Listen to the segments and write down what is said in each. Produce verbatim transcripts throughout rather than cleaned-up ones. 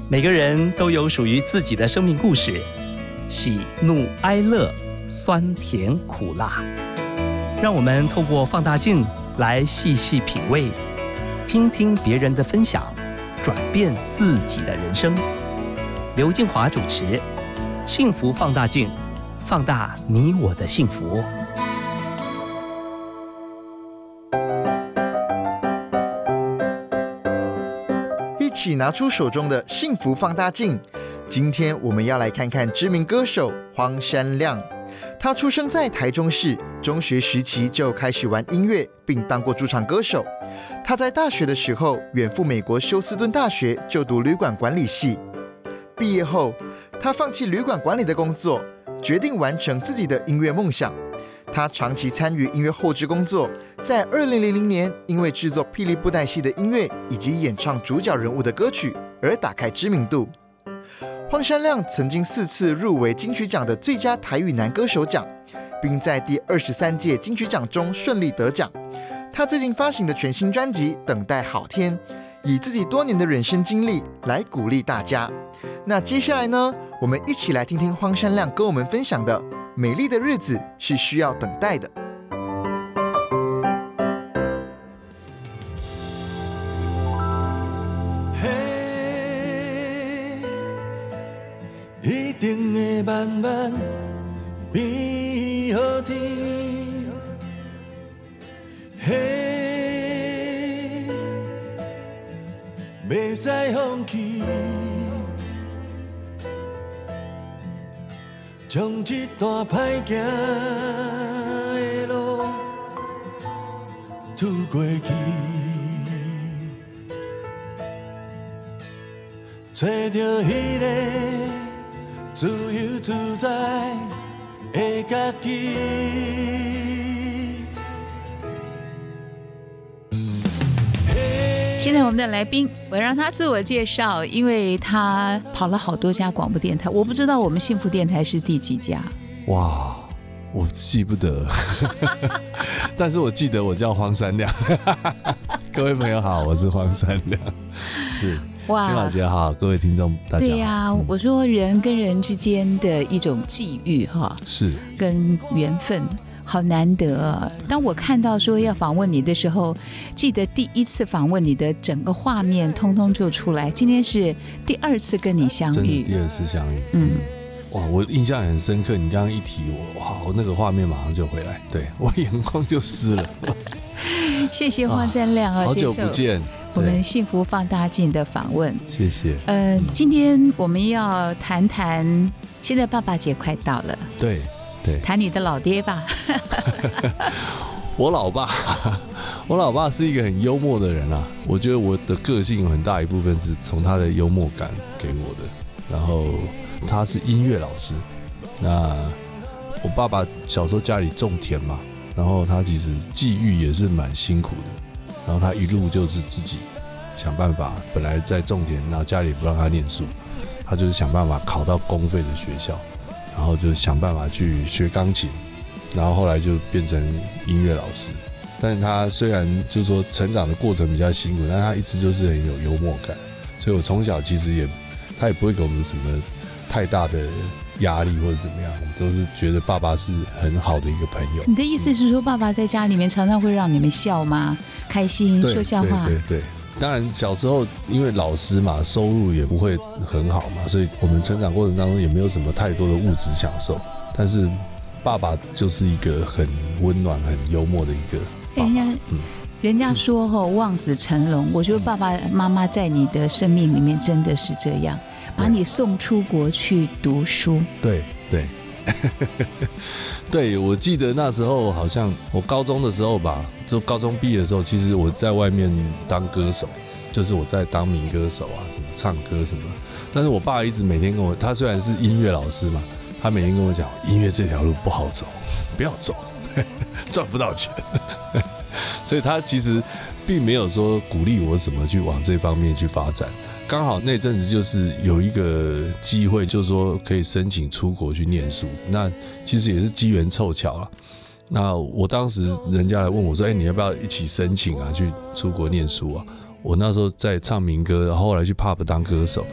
每个人都有属于自己的生命故事，喜怒哀乐，酸甜苦辣。让我们透过放大镜来细细品味，听听别人的分享，转变自己的人生。刘静华主持《幸福放大镜》，放大你我的幸福。 一起拿出手中的幸福放大镜。今天我们要来看看知名歌手荒山亮。他出生在台中市，中学时期就开始玩音乐，并当过驻唱歌手。他在大学的时候远赴美国休斯顿大学就读旅馆管理系。毕业后，他放弃旅馆管理的工作，决定完成自己的音乐梦想。他长期参与音乐后制工作，在二零零零年因为制作霹雳布袋戏的音乐以及演唱主角人物的歌曲而打开知名度。荒山亮曾经四次入围金曲奖的最佳台语男歌手奖，并在第二十三届金曲奖中顺利得奖。他最近发行的全新专辑《等待好天》，以自己多年的人生经历来鼓励大家。那接下来呢，我们一起来听听荒山亮跟我们分享的美丽的日子是需要等待的。 嘿，一定会慢慢变好天。嘿，袂使放弃。将这段歹行的路渡过去，找到迄个自由自在的家己。 现在我们的来宾，我让他自我介绍，因为他跑了好多家广播电台，我不知道我们幸福电台是第几家。 哇，我记不得，但是我记得我叫荒山亮。各位朋友好，我是荒山亮。是，哇，天老姐好，各位听众大家好。 对呀、啊嗯，我说人跟人之间的一种际遇哈， 是跟缘分。好难得啊！当我看到说要访问你的时候，记得第一次访问你的整个画面通通就出来。今天是第二次跟你相遇， 第二次相遇， 嗯， 哇，我印象很深刻。你刚刚一提我，哇，我那个画面马上就回来，对我眼眶就湿了。 谢谢荒山亮啊， 好久不见， 我们幸福放大镜的访问， 谢谢。 呃，今天我们要谈谈，现在爸爸节快到了， 对。 谈你的老爹吧。 我老爸，我老爸是一个很幽默的人啊。我觉得我的个性有很大一部分是从他的幽默感给我的。然后他是音乐老师。那我爸爸小时候家里种田嘛，然后他其实际遇也是蛮辛苦的。然后他一路就是自己想办法，本来在种田，然后家里不让他念书，他就是想办法考到公费的学校。然后就想办法去学钢琴，然后后来就变成音乐老师。但是他虽然就是说成长的过程比较辛苦，但他一直就是很有幽默感，所以我从小其实也他也不会给我们什么太大的压力或者怎么样，我们都是觉得爸爸是很好的一个朋友。 你的意思是说，爸爸在家里面常常会让你们笑吗？开心说笑话？ 对对 对, 对。当然小时候因为老师嘛，收入也不会很好嘛，所以我们成长过程当中也没有什么太多的物质享受。但是爸爸就是一个很温暖很幽默的一个爸爸。 人家、嗯、人家说吼、哦、望子成龙，我觉得爸爸妈妈在你的生命里面真的是这样，把你送出国去读书。 对对对，我记得那时候好像我高中的时候吧，就高中毕业的时候，其实我在外面当歌手，就是我在当民歌手啊，什么唱歌什么。但是我爸一直每天跟我，他虽然是音乐老师嘛，他每天跟我讲，音乐这条路不好走，不要走，赚不到钱。所以他其实并没有说鼓励我怎么去往这方面去发展。刚好那阵子就是有一个机会，就是说可以申请出国去念书，那其实也是机缘凑巧啦。那我当时人家来问我说：“哎、欸，你要不要一起申请啊，去出国念书啊？”我那时候在唱民歌，然后后来去 pub 当歌手，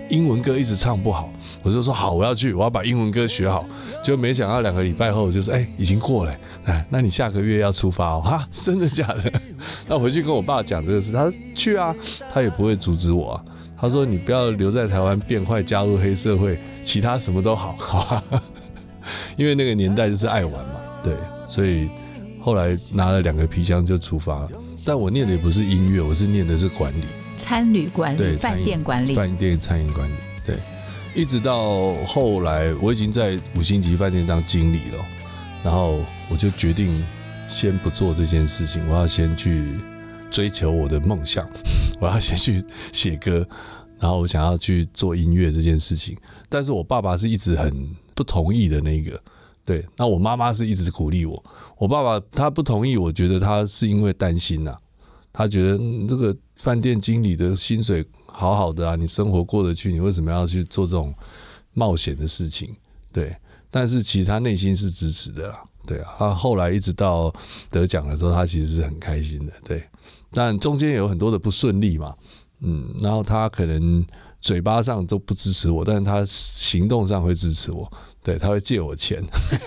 英文歌一直唱不好，我就说好，我要去，我要把英文歌学好。就没想到两个礼拜后，我就说，哎、欸，已经过了，哎，那你下个月要出发哦？哈，真的假的？那回去跟我爸讲这个事，他说去啊，他也不会阻止我啊。他说你不要留在台湾变坏，加入黑社会，其他什么都好，好吧？因为那个年代就是爱玩嘛，对，所以后来拿了两个皮箱就出发了。但我念的也不是音乐，我是念的是管理， 餐旅管理，饭店管理， 饭店餐饮管理，对。一直到后来，我已经在五星级饭店当经理了，然后我就决定先不做这件事情，我要先去追求我的梦想，我要先去写歌，然后我想要去做音乐这件事情。但是我爸爸是一直很不同意的那个，对，那我妈妈是一直鼓励我。我爸爸他不同意，我觉得他是因为担心啊，他觉得、嗯、这个饭店经理的薪水好好的啊，你生活过得去，你为什么要去做这种冒险的事情？对，但是其实他内心是支持的啦，对啊。他后来一直到得奖的时候，他其实是很开心的，对。但中间有很多的不顺利嘛，嗯，然后他可能嘴巴上都不支持我，但是他行动上会支持我，对，他会借我钱。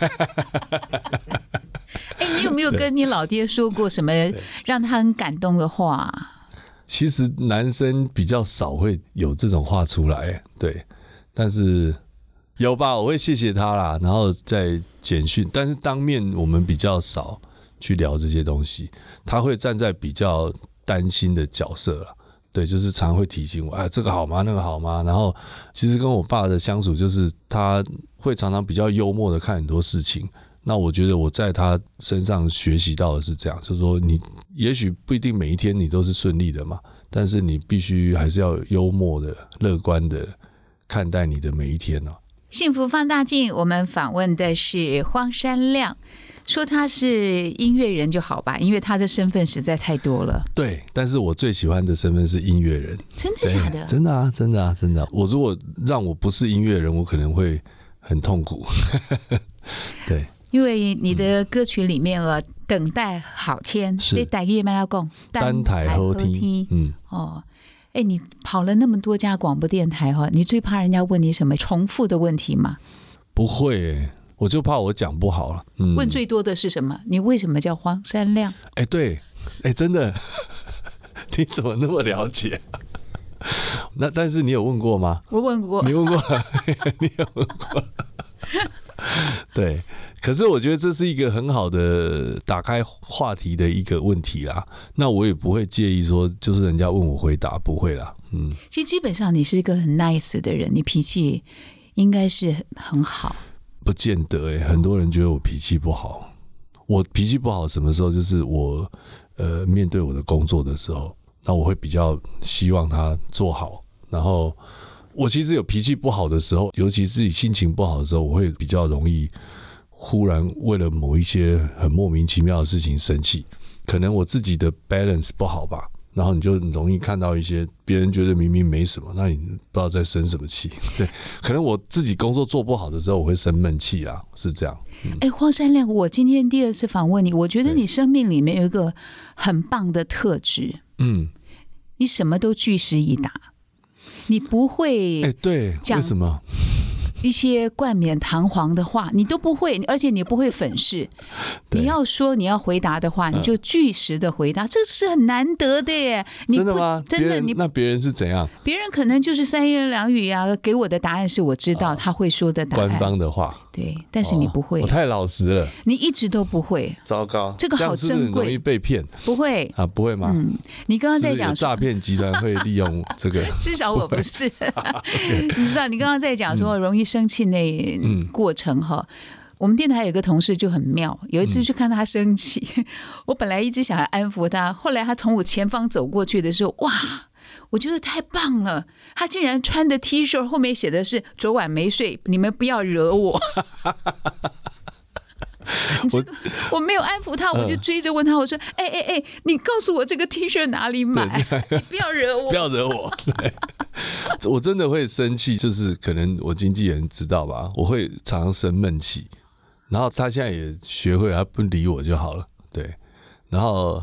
哎、欸，你有没有跟你老爹说过什么让他很感动的话？ 其实男生比较少会有这种话出来，对，但是有吧，我会谢谢他啦，然后再简讯，但是当面我们比较少去聊这些东西，他会站在比较担心的角色啦，对，就是常常会提醒我，哎，这个好吗？那个好吗？然后其实跟我爸的相处，就是他会常常比较幽默的看很多事情。那我觉得我在他身上学习到的是这样，就是说你也许不一定每一天你都是顺利的嘛，但是你必须还是要幽默的、乐观的看待你的每一天啊。 幸福放大镜，我们访问的是荒山亮，说他是音乐人就好吧，因为他的身份实在太多了。 对，但是我最喜欢的身份是音乐人。 真的假的？ 真的啊，真的啊，真的啊。我如果让我不是音乐人，我可能会很痛苦。对。 因为你的歌曲里面啊，嗯、等待好天，对，台语要讲， 等待好天，嗯， 哦，哎，你跑了那么多家广播电台哈，你最怕人家问你什么重复的问题吗？ 不会、欸，我就怕我讲不好了。 嗯，问最多的是什么？你为什么叫荒山亮？ 哎，对，哎，真的，你怎么那么了解？那但是你有问过吗？ 我问过， 你问过，你有问过，对。可是我觉得这是一个很好的打开话题的一个问题啦，那我也不会介意说就是人家问我回答，不会啦。嗯， 其实基本上你是一个很 nice 的人，你脾气应该是很好。 不见得欸，很多人觉得我脾气不好。我脾气不好什么时候？就是我呃面对我的工作的时候，那我会比较希望他做好。然后我其实有脾气不好的时候，尤其是心情不好的时候，我会比较容易忽然为了某一些很莫名其妙的事情生气，可能我自己的 balance 不好吧，然后你就容易看到一些别人觉得明明没什么，那你不知道在生什么气。对，可能我自己工作做不好的时候，我会生闷气啦，是这样。哎、 嗯欸，荒山亮，我今天第二次访问你，我觉得你生命里面有一个很棒的特质，嗯，你什么都据实以答，你不会， 哎，对，为什么？ 一些冠冕堂皇的话你都不会，而且你不会粉饰，你要说你要回答的话，你就据实的回答，嗯、这是很难得的耶。你真的吗？ 真的你那别人是怎样？ 别人可能就是三言两语啊，给我的答案是我知道他会说的答案， 官方的话。 对，但是你不会、 哦，我太老实了， 你一直都不会。 糟糕， 这个好珍贵， 这样是不是很容易被骗？ 不会啊，不会吗？嗯， 你刚刚在讲诈骗集团会利用这个， 至少我不是。你知道，你刚刚在讲说容易生气那过程哈。嗯，我们电台有个同事就很妙，有一次去看他生气，嗯、我本来一直想要安抚他，后来他从我前方走过去的时候，哇！我觉得太棒了，他竟然穿的 T 恤后面写的是昨晚没睡，你们不要惹我。你知道 我, 我没有安抚他，我就追着问他，我说哎哎哎，你告诉我这个 T 恤哪里买，你不要惹我， 不要惹我。我真的会生气，就是可能我经纪人知道吧，我会常常生闷气，然后他现在也学会他不理我就好了，对，然后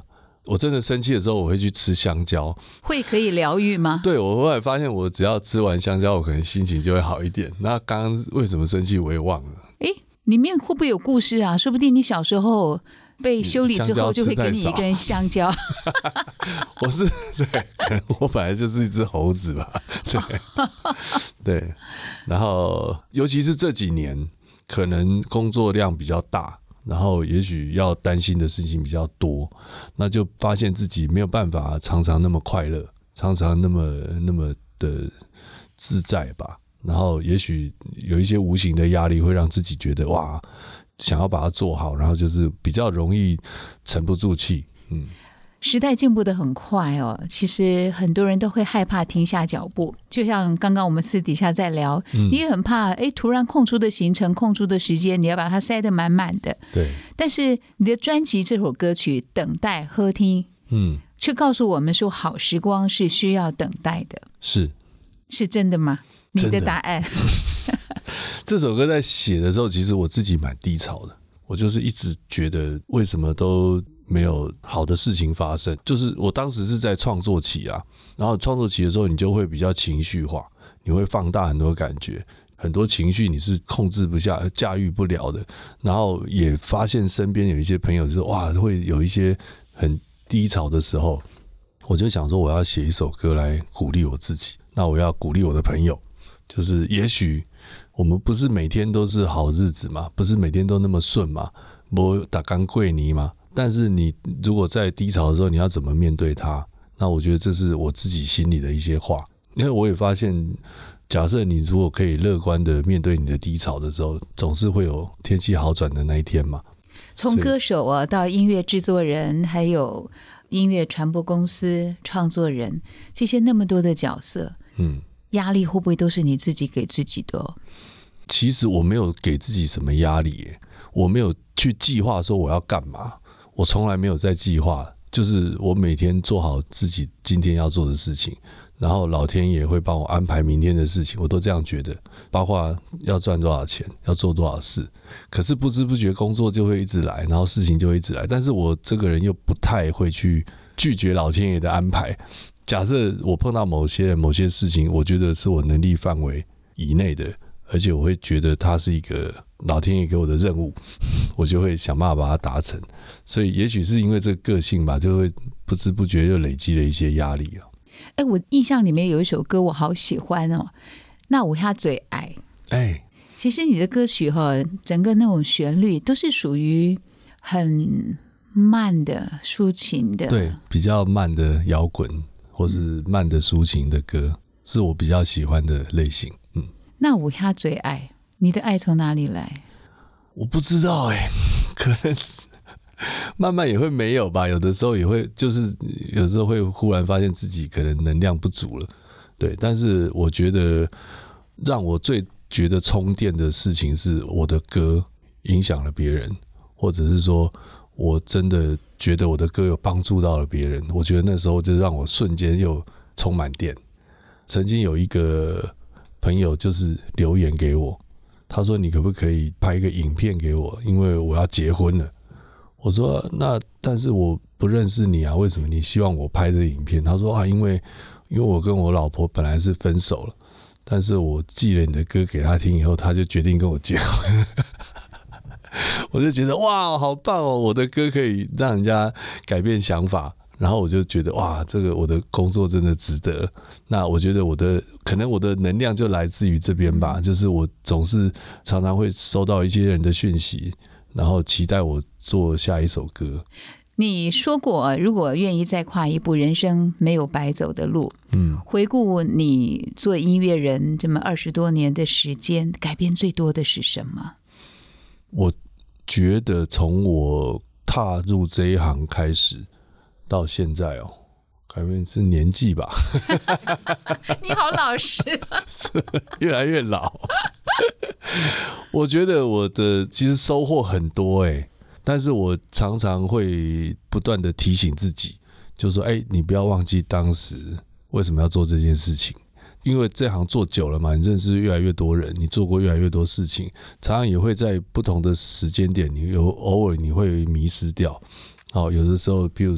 我真的生气的时候，我会去吃香蕉， 会可以疗愈吗？ 对，我后来发现，我只要吃完香蕉，我可能心情就会好一点。那刚刚为什么生气，我也忘了。 哎，里面会不会有故事啊？说不定你小时候被修理之后，就会给你一根香蕉。 我是对，可能我本来就是一只猴子吧。对对，然后尤其是这几年，可能工作量比较大。然后也许要担心的事情比较多，那就发现自己没有办法常常那么快乐，常常那么那么的自在吧。然后也许有一些无形的压力会让自己觉得哇，想要把它做好，然后就是比较容易沉不住气。嗯。 时代进步得很快哦，其实很多人都会害怕停下脚步，就像刚刚我们私底下在聊，嗯、你也很怕哎，突然空出的行程、空出的时间，你要把它塞得满满的。 对。但是你的专辑这首歌曲《等待喝听》，嗯，却告诉我们说，好时光是需要等待的。 是， 是真的吗？你的答案。 这首歌在写的时候，其实我自己蛮低潮的，我就是一直觉得为什么都没有好的事情发生，就是我当时是在创作期啊，然后创作期的时候你就会比较情绪化，你会放大很多感觉，很多情绪你是控制不下、驾驭不了的，然后也发现身边有一些朋友就是哇，会有一些很低潮的时候，我就想说我要写一首歌来鼓励我自己，那我要鼓励我的朋友，就是也许我们不是每天都是好日子嘛，不是每天都那么顺嘛，没打干贵泥嘛，但是你如果在低潮的时候，你要怎么面对它？那我觉得这是我自己心里的一些话。因为我也发现，假设你如果可以乐观的面对你的低潮的时候，总是会有天气好转的那一天嘛。 从歌手啊到音乐制作人，还有音乐传播公司创作人，这些那么多的角色，嗯，压力会不会都是你自己给自己的？ 其实我没有给自己什么压力耶，我没有去计划说我要干嘛。我从来没有在计划，就是我每天做好自己今天要做的事情，然后老天爷会帮我安排明天的事情，我都这样觉得，包括要赚多少钱，要做多少事。可是不知不觉工作就会一直来，然后事情就会一直来，但是我这个人又不太会去拒绝老天爷的安排。假设我碰到某些某些事情，我觉得是我能力范围以内的，而且我会觉得它是一个老天爷给我的任务，我就会想办法把它达成。所以也许是因为这个个性吧，就会不知不觉就累积了一些压力啊。 哎，我印象里面有一首歌我好喜欢哦，那我他最爱。 哎， 其实你的歌曲哈、哦，整个那种旋律都是属于很慢的抒情的， 对，比较慢的摇滚或是慢的抒情的歌，是我比较喜欢的类型。嗯， 那我他最爱，你的爱从哪里来？ 我不知道哎、欸，可能慢慢也会没有吧，有的时候也会，就是有时候会忽然发现自己可能能量不足了，对。但是我觉得让我最觉得充电的事情是我的歌影响了别人，或者是说我真的觉得我的歌有帮助到了别人，我觉得那时候就让我瞬间又充满电。曾经有一个朋友就是留言给我，他说你可不可以拍一个影片给我，因为我要结婚了。我说那但是我不认识你啊，为什么你希望我拍这个影片？他说啊，因为因为我跟我老婆本来是分手了，但是我寄了你的歌给他听以后，他就决定跟我结婚。我就觉得哇，好棒哦！我的歌可以让人家改变想法，然后我就觉得哇，这个我的工作真的值得。那我觉得我的可能我的能量就来自于这边吧，就是我总是常常会收到一些人的讯息，然后期待我做下一首歌。 你说过，如果愿意再跨一步，人生没有白走的路。嗯，回顾你做音乐人这么二十多年的时间，改变最多的是什么？ 我觉得从我踏入这一行开始到现在哦，改变是年纪吧。 你好老实， 是越来越老。我觉得我的其实收获很多哎、欸，但是我常常会不断的提醒自己，就说哎、欸，你不要忘记当时为什么要做这件事情。因为这行做久了嘛，你认识越来越多人，你做过越来越多事情，常常也会在不同的时间点，你有偶尔你会迷失掉。好，有的时候，譬如说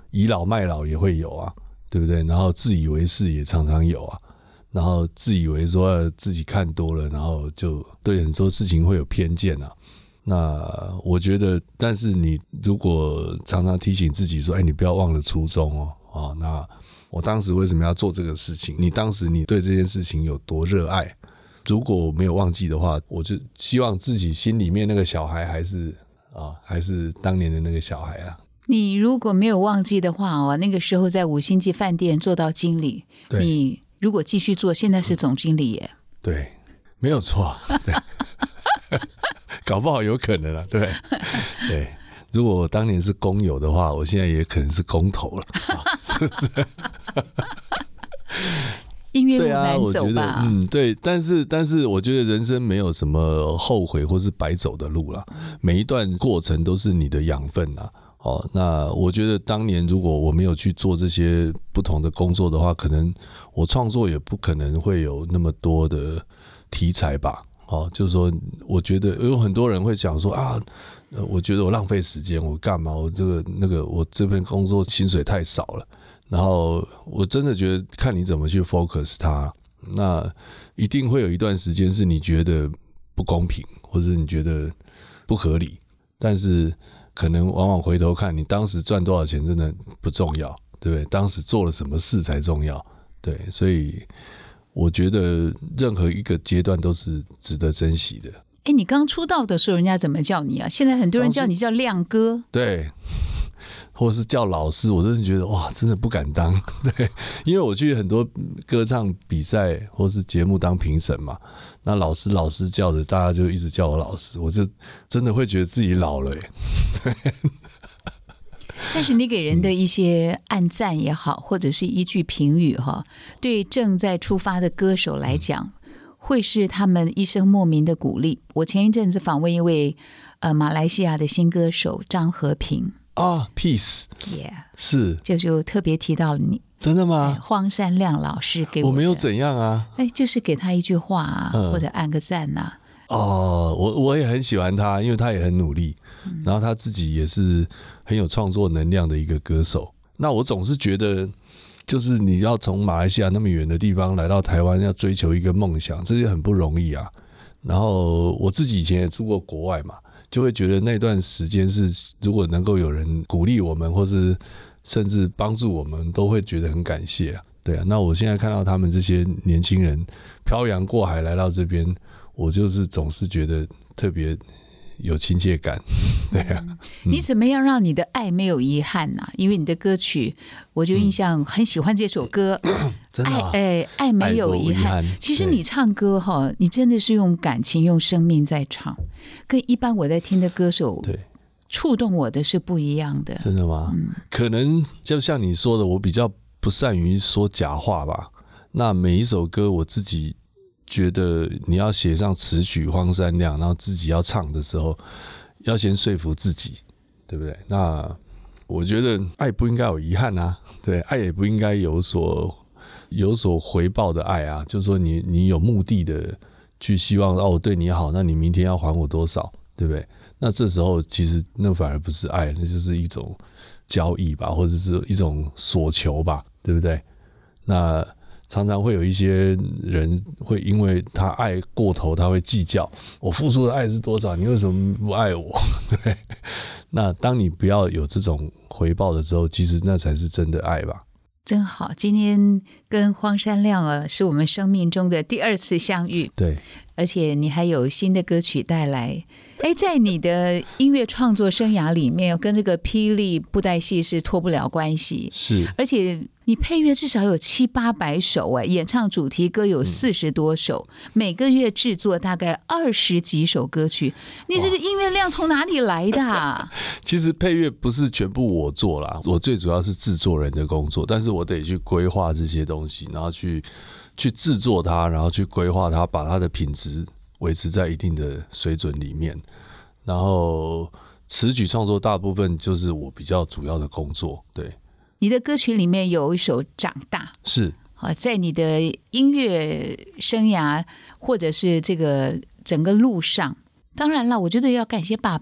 倚老卖老也会有啊，对不对？然后自以为是也常常有啊，然后自以为说自己看多了，然后就对很多事情会有偏见啊。那我觉得，但是你如果常常提醒自己说，哎，你不要忘了初衷哦，哦，那我当时为什么要做这个事情？你当时你对这件事情有多热爱？如果没有忘记的话，我就希望自己心里面那个小孩还是啊，还是当年的那个小孩啊。 你如果没有忘记的话哦，那个时候在五星级饭店做到经理，你如果继续做，现在是总经理耶。 对，没有错，对。搞不好有可能啊，对对。如果我当年是工友的话，我现在也可能是工头了，是不是？ 音乐路难走吧？ 啊、嗯，对。但是但是，我觉得人生没有什么后悔或是白走的路啦，每一段过程都是你的养分啊。哦，那我觉得当年如果我没有去做这些不同的工作的话，可能我创作也不可能会有那么多的题材吧。哦，就是说，我觉得有很多人会讲说啊，我觉得我浪费时间，我干嘛？我这个那个，我这份工作薪水太少了。然后我真的觉得看你怎么去 focus 它，那一定会有一段时间是你觉得不公平，或者你觉得不合理，但是可能往往回头看，你当时赚多少钱真的不重要，对不对？当时做了什么事才重要，对，所以。我觉得任何一个阶段都是值得珍惜的。 哎，你刚出道的时候，人家怎么叫你啊？现在很多人叫你叫亮哥， 对，或者是叫老师，我真的觉得哇，真的不敢当。对，因为我去很多歌唱比赛或是节目当评审嘛，那老师老师叫的，大家就一直叫我老师，我就真的会觉得自己老了耶。对。 但是你给人的一些按赞也好，或者是一句评语哈，对正在出发的歌手来讲，会是他们一生莫名的鼓励。我前一阵子访问一位呃马来西亚的新歌手张和平啊 ，Peace， yeah, 是， 就就特别提到了你， 真的吗？ 荒山亮老师给我， 我没有怎样啊， 哎，就是给他一句话啊，嗯、或者按个赞呐、 啊。哦，我我也很喜欢他，因为他也很努力，嗯、然后他自己也是很有创作能量的一个歌手。那我总是觉得，就是你要从马来西亚那么远的地方来到台湾，要追求一个梦想，这些很不容易啊。然后我自己以前也住过国外嘛，就会觉得那段时间是，如果能够有人鼓励我们，或是甚至帮助我们，都会觉得很感谢啊。对啊，那我现在看到他们这些年轻人漂洋过海来到这边，我就是总是觉得特别有亲切感，对啊、嗯。 你怎么样让你的爱没有遗憾呢、啊？因为你的歌曲，我就印象很喜欢这首歌， 嗯、真的、啊， 爱哎爱没有遗憾。其实你唱歌哈，你真的是用感情、用生命在唱，跟一般我在听的歌手对触动我的是不一样的。 真的吗？嗯，可能就像你说的，我比较不善于说假话吧。那每一首歌，我自己觉得你要写上词曲荒山亮，然后自己要唱的时候，要先说服自己，对不对？那我觉得爱不应该有遗憾啊，对，爱也不应该有所有所回报的爱啊，就是说你你有目的的去希望哦我对你好，那你明天要还我多少，对不对？那这时候其实那反而不是爱，那就是一种交易吧，或者是一种索求吧，对不对？那常常会有一些人会因为他爱过头，他会计较我付出的爱是多少，你为什么不爱我？对，那当你不要有这种回报的时候，其实那才是真的爱吧。 真好，今天跟荒山亮啊，是我们生命中的第二次相遇。 对， 而且你还有新的歌曲带来。哎，在你的音乐创作生涯里面，跟这个霹雳布袋戏是脱不了关系。 是， 而且你配乐至少有七八百首，哎，演唱主题歌有四十多首，嗯、每个月制作大概二十几首歌曲。你这个音乐量从哪里来的、啊？ 其实配乐不是全部我做啦，我最主要是制作人的工作，但是我得去规划这些东西，然后去去制作它，然后去规划它，把它的品质维持在一定的水准里面。然后词曲创作大部分就是我比较主要的工作。对， 你的歌曲里面有一首《长大》， 是在你的音乐生涯或者是这个整个路上，当然了，我觉得要感谢爸爸。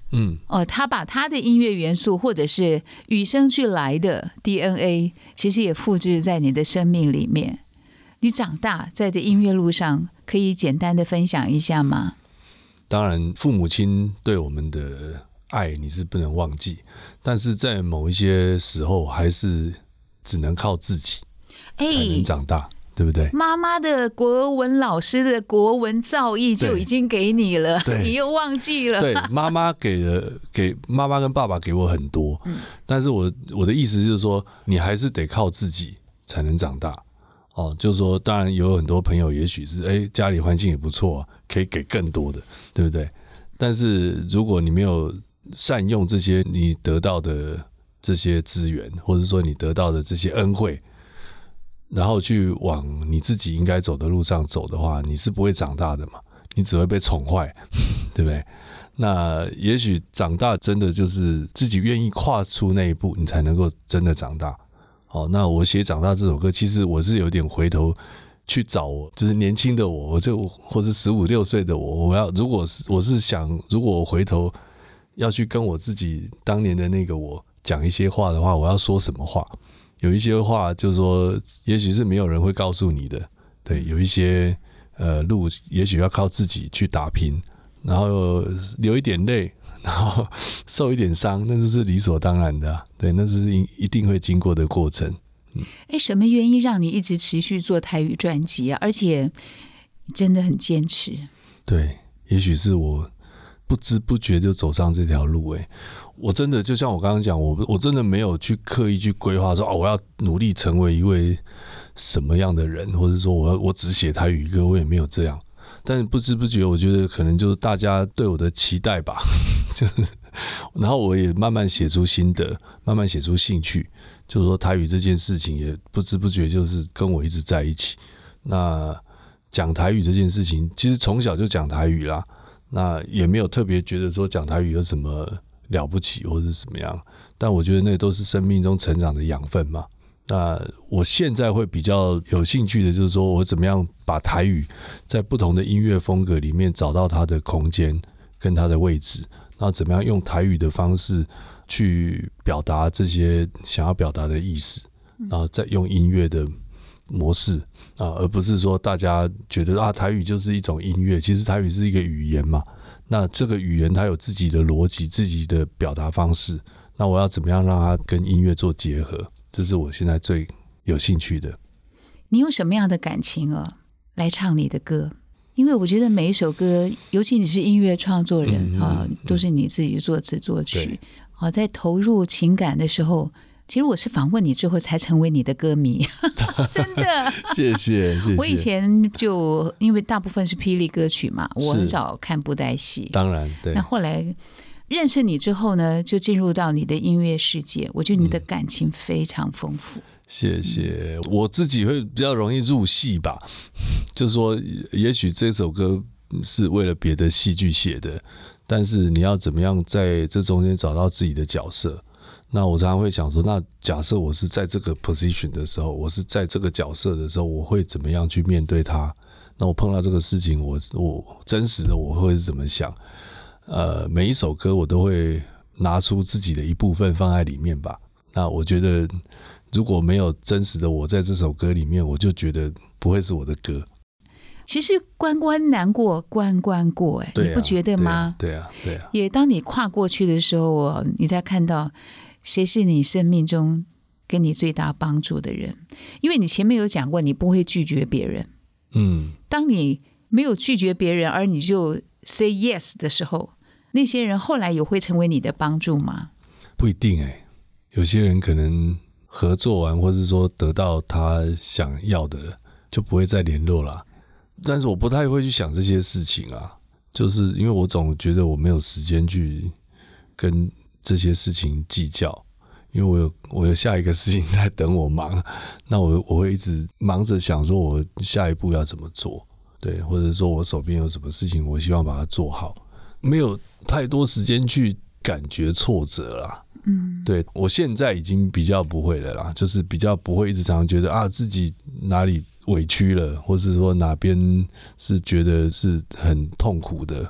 嗯， 哦，他把他的音乐元素或者是与生俱来的 D N A， 其实也复制在你的生命里面。你长大在这音乐路上，可以简单的分享一下吗？ 当然，父母亲对我们的爱你是不能忘记，但是在某一些时候，还是只能靠自己才能长大。欸，对不对？ 妈妈的国文老师的国文造诣就已经给你了，你又忘记了。 对，妈妈给了给妈妈跟爸爸给我很多，嗯，但是我我的意思就是说，你还是得靠自己才能长大。哦，就是说，当然有很多朋友，也许是哎家里环境也不错，可以给更多的，对不对？但是如果你没有善用这些你得到的这些资源，或者说你得到的这些恩惠，然后去往你自己应该走的路上走的话，你是不会长大的嘛，你只会被宠坏，对不对？那也许长大真的就是自己愿意跨出那一步，你才能够真的长大。好，那我写《长大》这首歌，其实我是有点回头去找我，就是年轻的我，我就或是十五六岁的我，我要如果是我是想，如果我回头要去跟我自己当年的那个我讲一些话的话，我要说什么话？有一些话就是说，也许是没有人会告诉你的，对，有一些呃路，也许要靠自己去打拼，然后流一点泪，然后受一点伤，那就是理所当然的，啊，对，那是一定会经过的过程。嗯， 哎，什么原因让你一直持续做台语专辑啊？而且你真的很坚持。 对，也许是我不知不觉就走上这条路，哎。我真的就像我刚刚讲，我我真的没有去刻意去规划说，哦，我要努力成为一位什么样的人，或者说我要我只写台语歌，我也没有这样。但是不知不觉，我觉得可能就是大家对我的期待吧，就是，然后我也慢慢写出心得，慢慢写出兴趣，就是说台语这件事情也不知不觉就是跟我一直在一起。那讲台语这件事情，其实从小就讲台语啦，那也没有特别觉得说讲台语有什么了不起或是怎么样，但我觉得那都是生命中成长的养分嘛。那我现在会比较有兴趣的就是说，我怎么样把台语在不同的音乐风格里面找到它的空间跟它的位置，然后怎么样用台语的方式去表达这些想要表达的意思，然后再用音乐的模式啊，而不是说大家觉得啊台语就是一种音乐，其实台语是一个语言嘛。那这个语言它有自己的逻辑，自己的表达方式，那我要怎么样让它跟音乐做结合，这是我现在最有兴趣的。 你用什么样的感情啊来唱你的歌？因为我觉得每一首歌，尤其你是音乐创作人，嗯啊，都是你自己作词作曲，啊，在投入情感的时候，其实我是访问你之后才成为你的歌迷，真的。 谢谢谢谢。 我以前就因为大部分是霹雳歌曲嘛，我很少看布袋戏。 当然，对。 那后来认识你之后呢，就进入到你的音乐世界，我觉得你的感情非常丰富。嗯， 谢谢。我自己会比较容易入戏吧，就是说，也许这首歌是为了别的戏剧写的，但是你要怎么样在这中间找到自己的角色？那我常常会想说，那假设我是在这个 position 的时候，我是在这个角色的时候，我会怎么样去面对它？那我碰到这个事情，我我真实的我会是怎么想？呃，每一首歌我都会拿出自己的一部分放在里面吧。那我觉得，如果没有真实的我在这首歌里面，我就觉得不会是我的歌。 其实关关难过关关过，哎，啊，你不觉得吗？ 对啊，对啊。对啊， 也当你跨过去的时候，你才看到谁是你生命中给你最大帮助的人。因为你前面有讲过，你不会拒绝别人。嗯，当你没有拒绝别人，而你就 say yes 的时候，那些人后来有会成为你的帮助吗？ 不一定哎，欸，有些人可能合作完，或是说得到他想要的，就不会再联络啦。但是我不太会去想这些事情啊，就是因为我总觉得我没有时间去跟这些事情计较，因为我有我有下一个事情在等我忙，那我我会一直忙着想说我下一步要怎么做，对，或者说我手边有什么事情，我希望把它做好，没有太多时间去感觉挫折啦。嗯，对，我现在已经比较不会了啦，就是比较不会一直常常觉得啊自己哪里委屈了，或是说哪边是觉得是很痛苦的，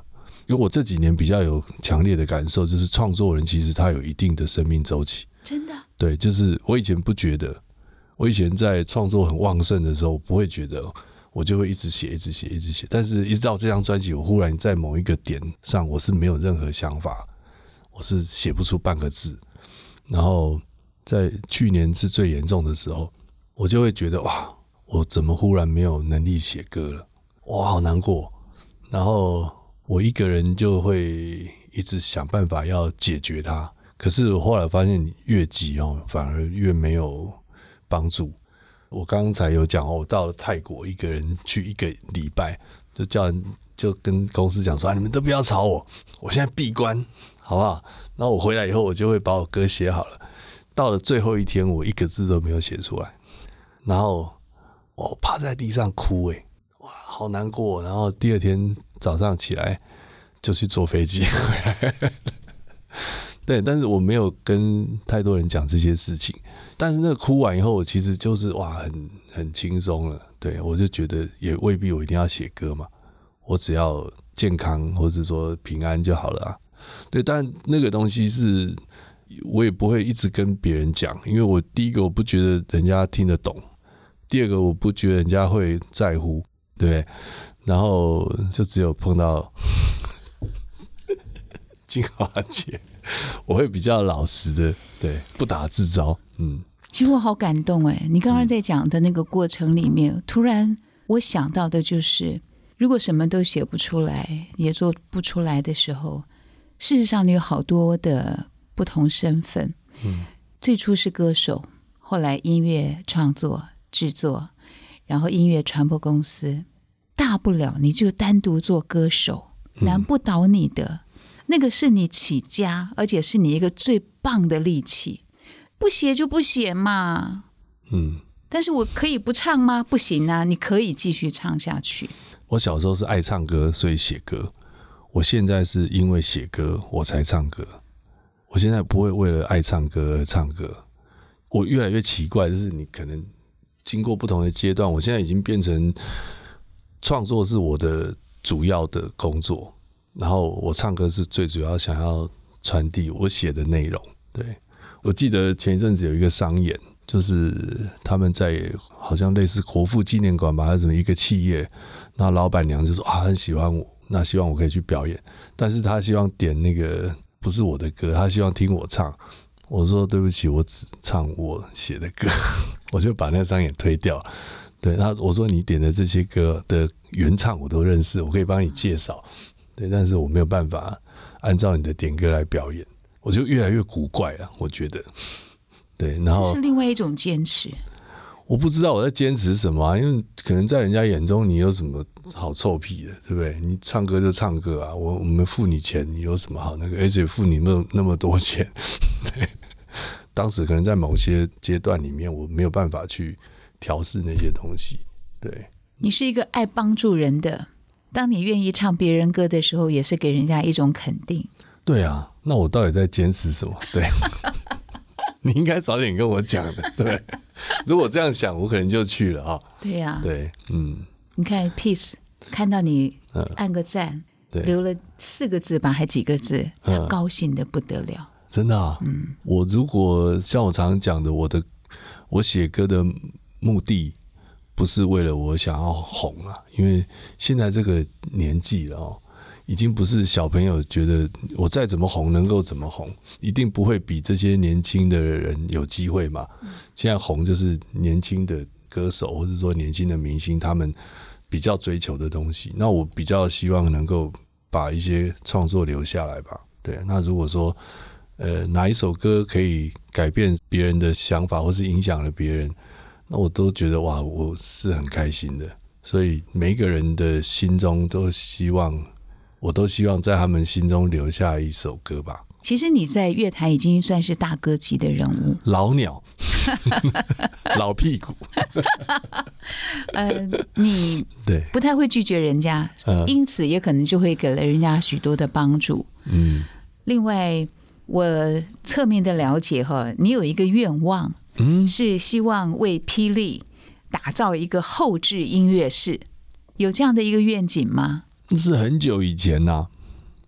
因为我这几年比较有强烈的感受，就是创作人其实他有一定的生命周期。 真的？ 对，就是我以前不觉得，我以前在创作很旺盛的时候，我不会觉得，我就会一直写，一直写，一直写。但是，一直到这张专辑，我忽然在某一个点上，我是没有任何想法，我是写不出半个字。然后，在去年是最严重的时候，我就会觉得哇，我怎么忽然没有能力写歌了？哇，好难过。然后我一个人就会一直想办法要解决它。可是我后来发现，越急哦，反而越没有帮助。我刚才有讲哦，我到了泰国一个人去一个礼拜，就叫人就跟公司讲说、啊、你们都不要吵我，我现在闭关，好不好？然后我回来以后，我就会把我歌写好了。到了最后一天，我一个字都没有写出来，然后我趴在地上哭，哎，哇，好难过。然后第二天早上起来就去坐飞机回来。对，但是我没有跟太多人讲这些事情。但是那个哭完以后，我其实就是哇，很很轻松了。对，我就觉得也未必我一定要写歌嘛，我只要健康或者说平安就好了啊。对，但那个东西是我也不会一直跟别人讲，因为我第一个我不觉得人家听得懂，第二个我不觉得人家会在乎，对不对？然后就只有碰到金华姐。我会比较老实的，对，不打自招。嗯， 其实我好感动哎！你刚刚在讲的那个过程里面，嗯、突然我想到的就是，如果什么都写不出来，也做不出来的时候，事实上你有好多的不同身份。 嗯， 最初是歌手，后来音乐创作、制作，然后音乐传播公司，大不了你就单独做歌手，难不倒你的。嗯，那个是你起家，而且是你一个最棒的利器。不写就不写嘛， 嗯。 但是我可以不唱吗？不行啊，你可以继续唱下去。 我小时候是爱唱歌，所以写歌。我现在是因为写歌我才唱歌。我现在不会为了爱唱歌而唱歌。我越来越奇怪，就是你可能经过不同的阶段，我现在已经变成创作是我的主要的工作。然后我唱歌是最主要想要传递我写的内容。对，我记得前一阵子有一个商演，就是他们在好像类似国父纪念馆吧，还是什么一个企业，那老板娘就说啊很喜欢我，那希望我可以去表演，但是他希望点那个不是我的歌，他希望听我唱。我说对不起，我只唱我写的歌，我就把那个商演推掉。对，他我说你点的这些歌的原唱我都认识，我可以帮你介绍。对，但是我没有办法按照你的点歌来表演，我就越来越古怪了，我觉得。对，然后这是另外一种坚持。 我不知道我在坚持什么啊，因为可能在人家眼中你有什么好臭屁的，对不对？你唱歌就唱歌啊，我我们付你钱，你有什么好那个？而且付你那那么多钱，对。当时可能在某些阶段里面，我没有办法去调试那些东西。对， 你是一个爱帮助人的。当你愿意唱别人歌的时候，也是给人家一种肯定。 对啊，那我到底在坚持什么？对，你应该早点跟我讲的。对，如果这样想，我可能就去了啊。 对啊， 对，嗯， 你看 Peace 看到你按个赞， 对， 留了四个字吧，还几个字，他高兴的不得了。 真的啊，嗯，我如果像我常常讲的，我的我写歌的目的。不是为了我想要红啊，因为现在这个年纪了哦，已经不是小朋友觉得我再怎么红能够怎么红，一定不会比这些年轻的人有机会嘛。现在红就是年轻的歌手或者说年轻的明星他们比较追求的东西，那我比较希望能够把一些创作留下来吧。对，那如果说呃哪一首歌可以改变别人的想法或是影响了别人，那我都觉得哇，我是很开心的。所以每一个人的心中都希望，我都希望在他们心中留下一首歌吧。 其实你在乐坛已经算是大哥级的人物， 老鸟，老屁股。 呃，你对不太会拒绝人家， 嗯、 因此也可能就会给了人家许多的帮助。 嗯， 另外，我侧面的了解哈，你有一个愿望。嗯，是希望为霹雳打造一个后置音乐室，有这样的一个愿景吗？ 是很久以前啊，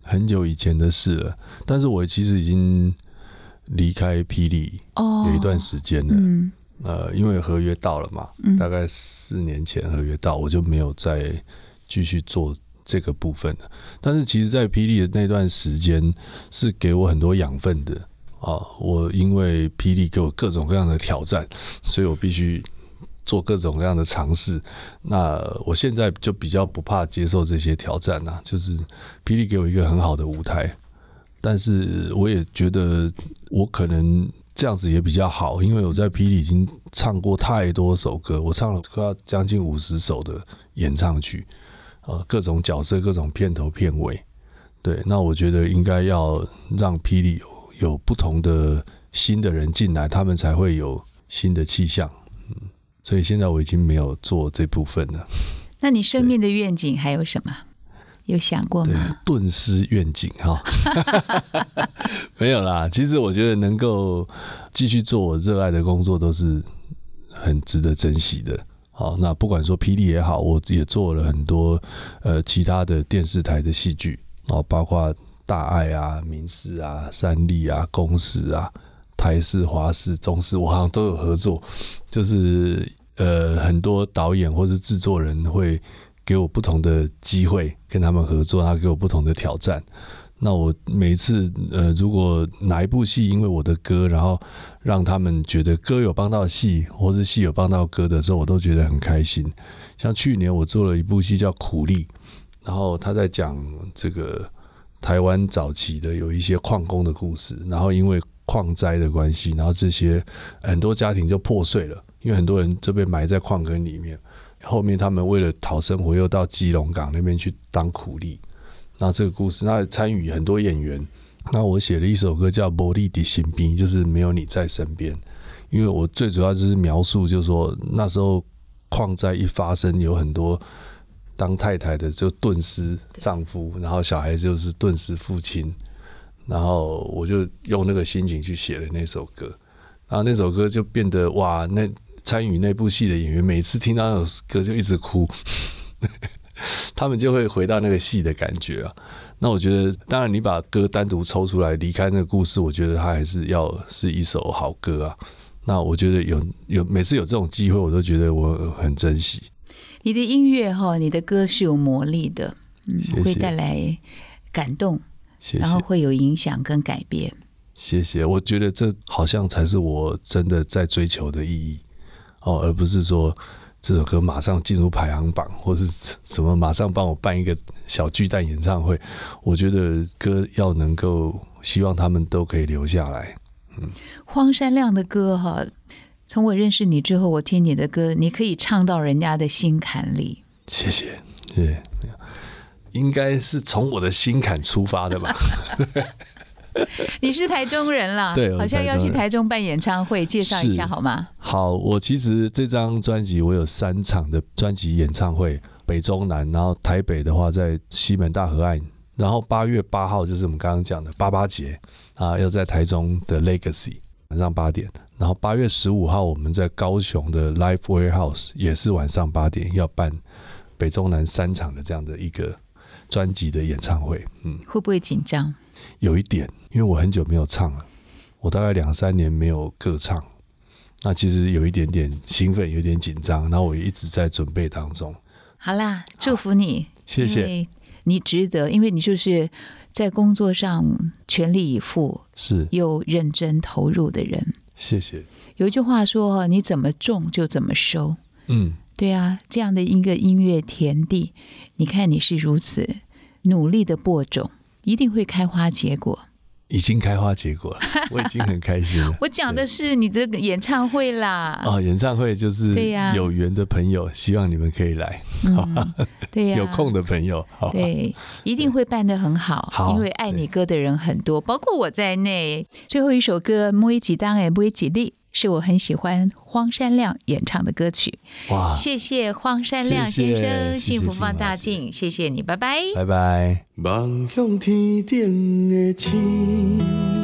很久以前的事了。但是我其实已经离开霹雳有一段时间了。哦嗯呃，因为合约到了嘛，嗯、大概四年前合约到，我就没有再继续做这个部分了。但是其实，在霹雳的那段时间是给我很多养分的啊。我因为霹雳给我各种各样的挑战，所以我必须做各种各样的尝试。那我现在就比较不怕接受这些挑战啦、啊，就是霹雳给我一个很好的舞台，但是我也觉得我可能。这样子也比较好，因为我在霹雳已经唱过太多首歌，我唱了快要将近五十首的演唱曲，呃，各种角色、各种片头片尾。对，那我觉得应该要让霹雳有有不同的新的人进来，他们才会有新的气象。嗯，所以现在我已经没有做这部分了。 那你生命的愿景还有什么？有想过吗？ 顿失愿景哈，没有啦。其实我觉得能够继续做我热爱的工作，都是很值得珍惜的。好，那不管说霹雳也好，我也做了很多呃其他的电视台的戏剧，哦，包括大爱啊、民视啊、三立啊、公视啊、台视、华视、中视，我好像都有合作。就是呃很多导演或是制作人会。给我不同的机会跟他们合作，他给我不同的挑战。那我每一次呃，如果哪一部戏因为我的歌，然后让他们觉得歌有帮到戏，或是戏有帮到歌的时候，我都觉得很开心。像去年我做了一部戏叫《苦力》，然后他在讲这个台湾早期的有一些矿工的故事，然后因为矿灾的关系，然后这些很多家庭就破碎了，因为很多人就被埋在矿坑里面。后面他们为了讨生活，又到基隆港那边去当苦力。那这个故事，那参与很多演员。那我写了一首歌叫《无你在身边》，就是没有你在身边。因为我最主要就是描述，就是说那时候矿灾一发生，有很多当太太的就顿失丈夫，然后小孩就是顿失父亲。然后我就用那个心情去写了那首歌，然后那首歌就变得哇，那。参与那部戏的演员每次听到那首歌就一直哭他们就会回到那个戏的感觉啊。那我觉得当然你把歌单独抽出来离开那个故事，我觉得它还是要是一首好歌啊。那我觉得有有每次有这种机会我都觉得我很珍惜。 你的音乐你的歌是有魔力的，嗯，谢谢，会带来感动，谢谢，然后会有影响跟改变。 谢谢，我觉得这好像才是我真的在追求的意义哦，而不是说这首歌马上进入排行榜，或是什么马上帮我办一个小巨蛋演唱会。我觉得歌要能够，希望他们都可以留下来。嗯， 荒山亮的歌哈，从我认识你之后，我听你的歌，你可以唱到人家的心坎里。 谢谢，谢谢，应该是从我的心坎出发的吧。 你是台中人啦， 对， 好像要去台中办演唱会，介绍一下好吗？ 好，我其实这张专辑我有三场的专辑演唱会，北中南，然后台北的话在西门大河岸，然后八月八号就是我们刚刚讲的八八节啊，要在台中的 Legacy 晚上八点，然后八月十五号我们在高雄的 Live Warehouse 也是晚上八点要办北中南三场的这样的一个专辑的演唱会。嗯， 会不会紧张？ 有一点，因为我很久没有唱了，我大概两三年没有歌唱，那其实有一点点兴奋，有点紧张，然后我也一直在准备当中。 好啦，祝福你， 谢谢， 你值得，因为你就是在工作上全力以赴， 是又认真投入的人。 谢谢。 有一句话说，你怎么种就怎么收。 嗯， 对啊，这样的一个音乐田地，你看你是如此努力的播种，一定会开花结果。 已经开花结果了，我已经很开心了。 我讲的是你的演唱会啦。 哦，演唱会就是有缘的朋友，希望你们可以来。 嗯、对呀、啊， 有空的朋友，好对，一定会办得很好。好，因为爱你歌的人很多，包括我在内。最后一首歌《每一当每一粒》是我很喜欢荒山亮演唱的歌曲。 哇， 谢谢荒山亮先生，幸福放大镜，谢谢你，拜拜， 拜拜。 望向天顶的星，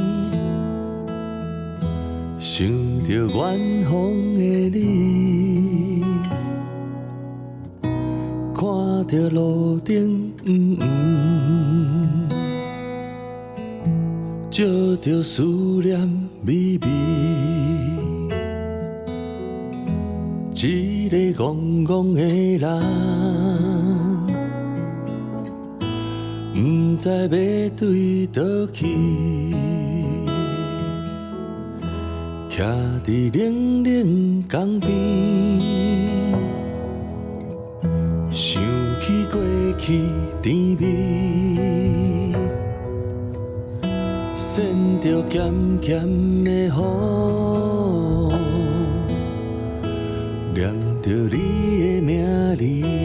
想着远方的你，看着路顶，嗯嗯照着思念微微，一个戆戆的人，不知要对倒去，徛伫冷冷江边，想起过去甜蜜。闪着咸咸的雨，念着你的名字，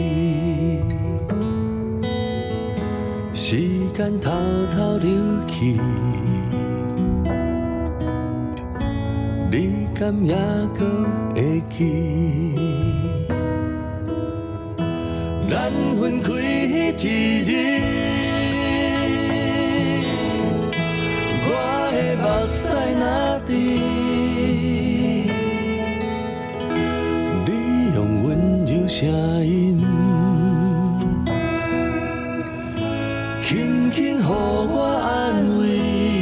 时间偷偷流去，你敢也搁会记？咱分开迄一日。目屎若滴，你用温柔声音，轻轻予我安慰。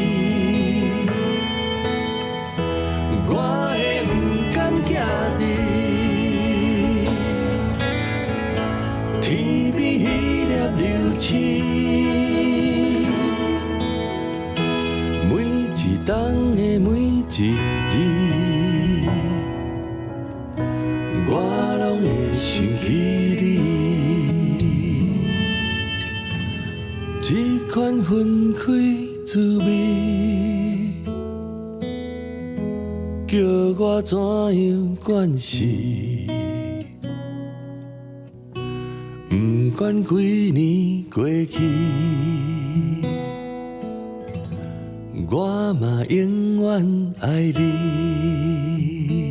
我的不甘行伫天边迄粒流星。当的每一字，我拢会想起你。这款分开滋味，叫我怎样管是？不管几年过去。我嘛永远爱你。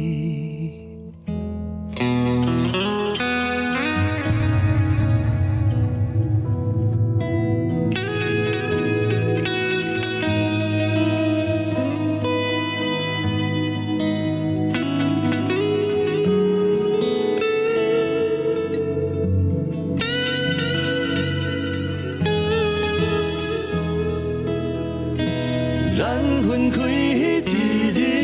咱分开迄一日，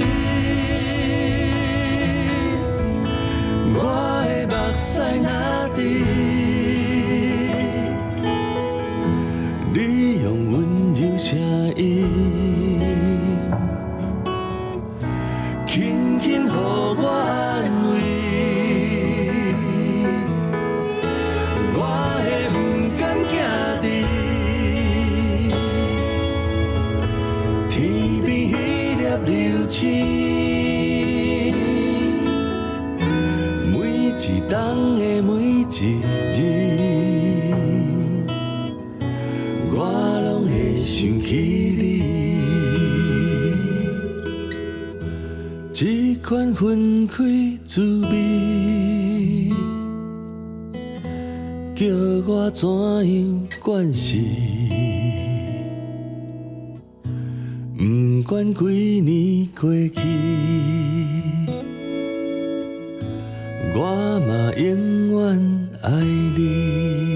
我的目屎若滴，你用温柔声音，轻轻予我安慰。我的不甘行伫。天边迄粒流星，每一冬的每一日，我拢会想起你。这款分开滋味，叫我怎样管是？不管几年过去，我嘛永远爱你。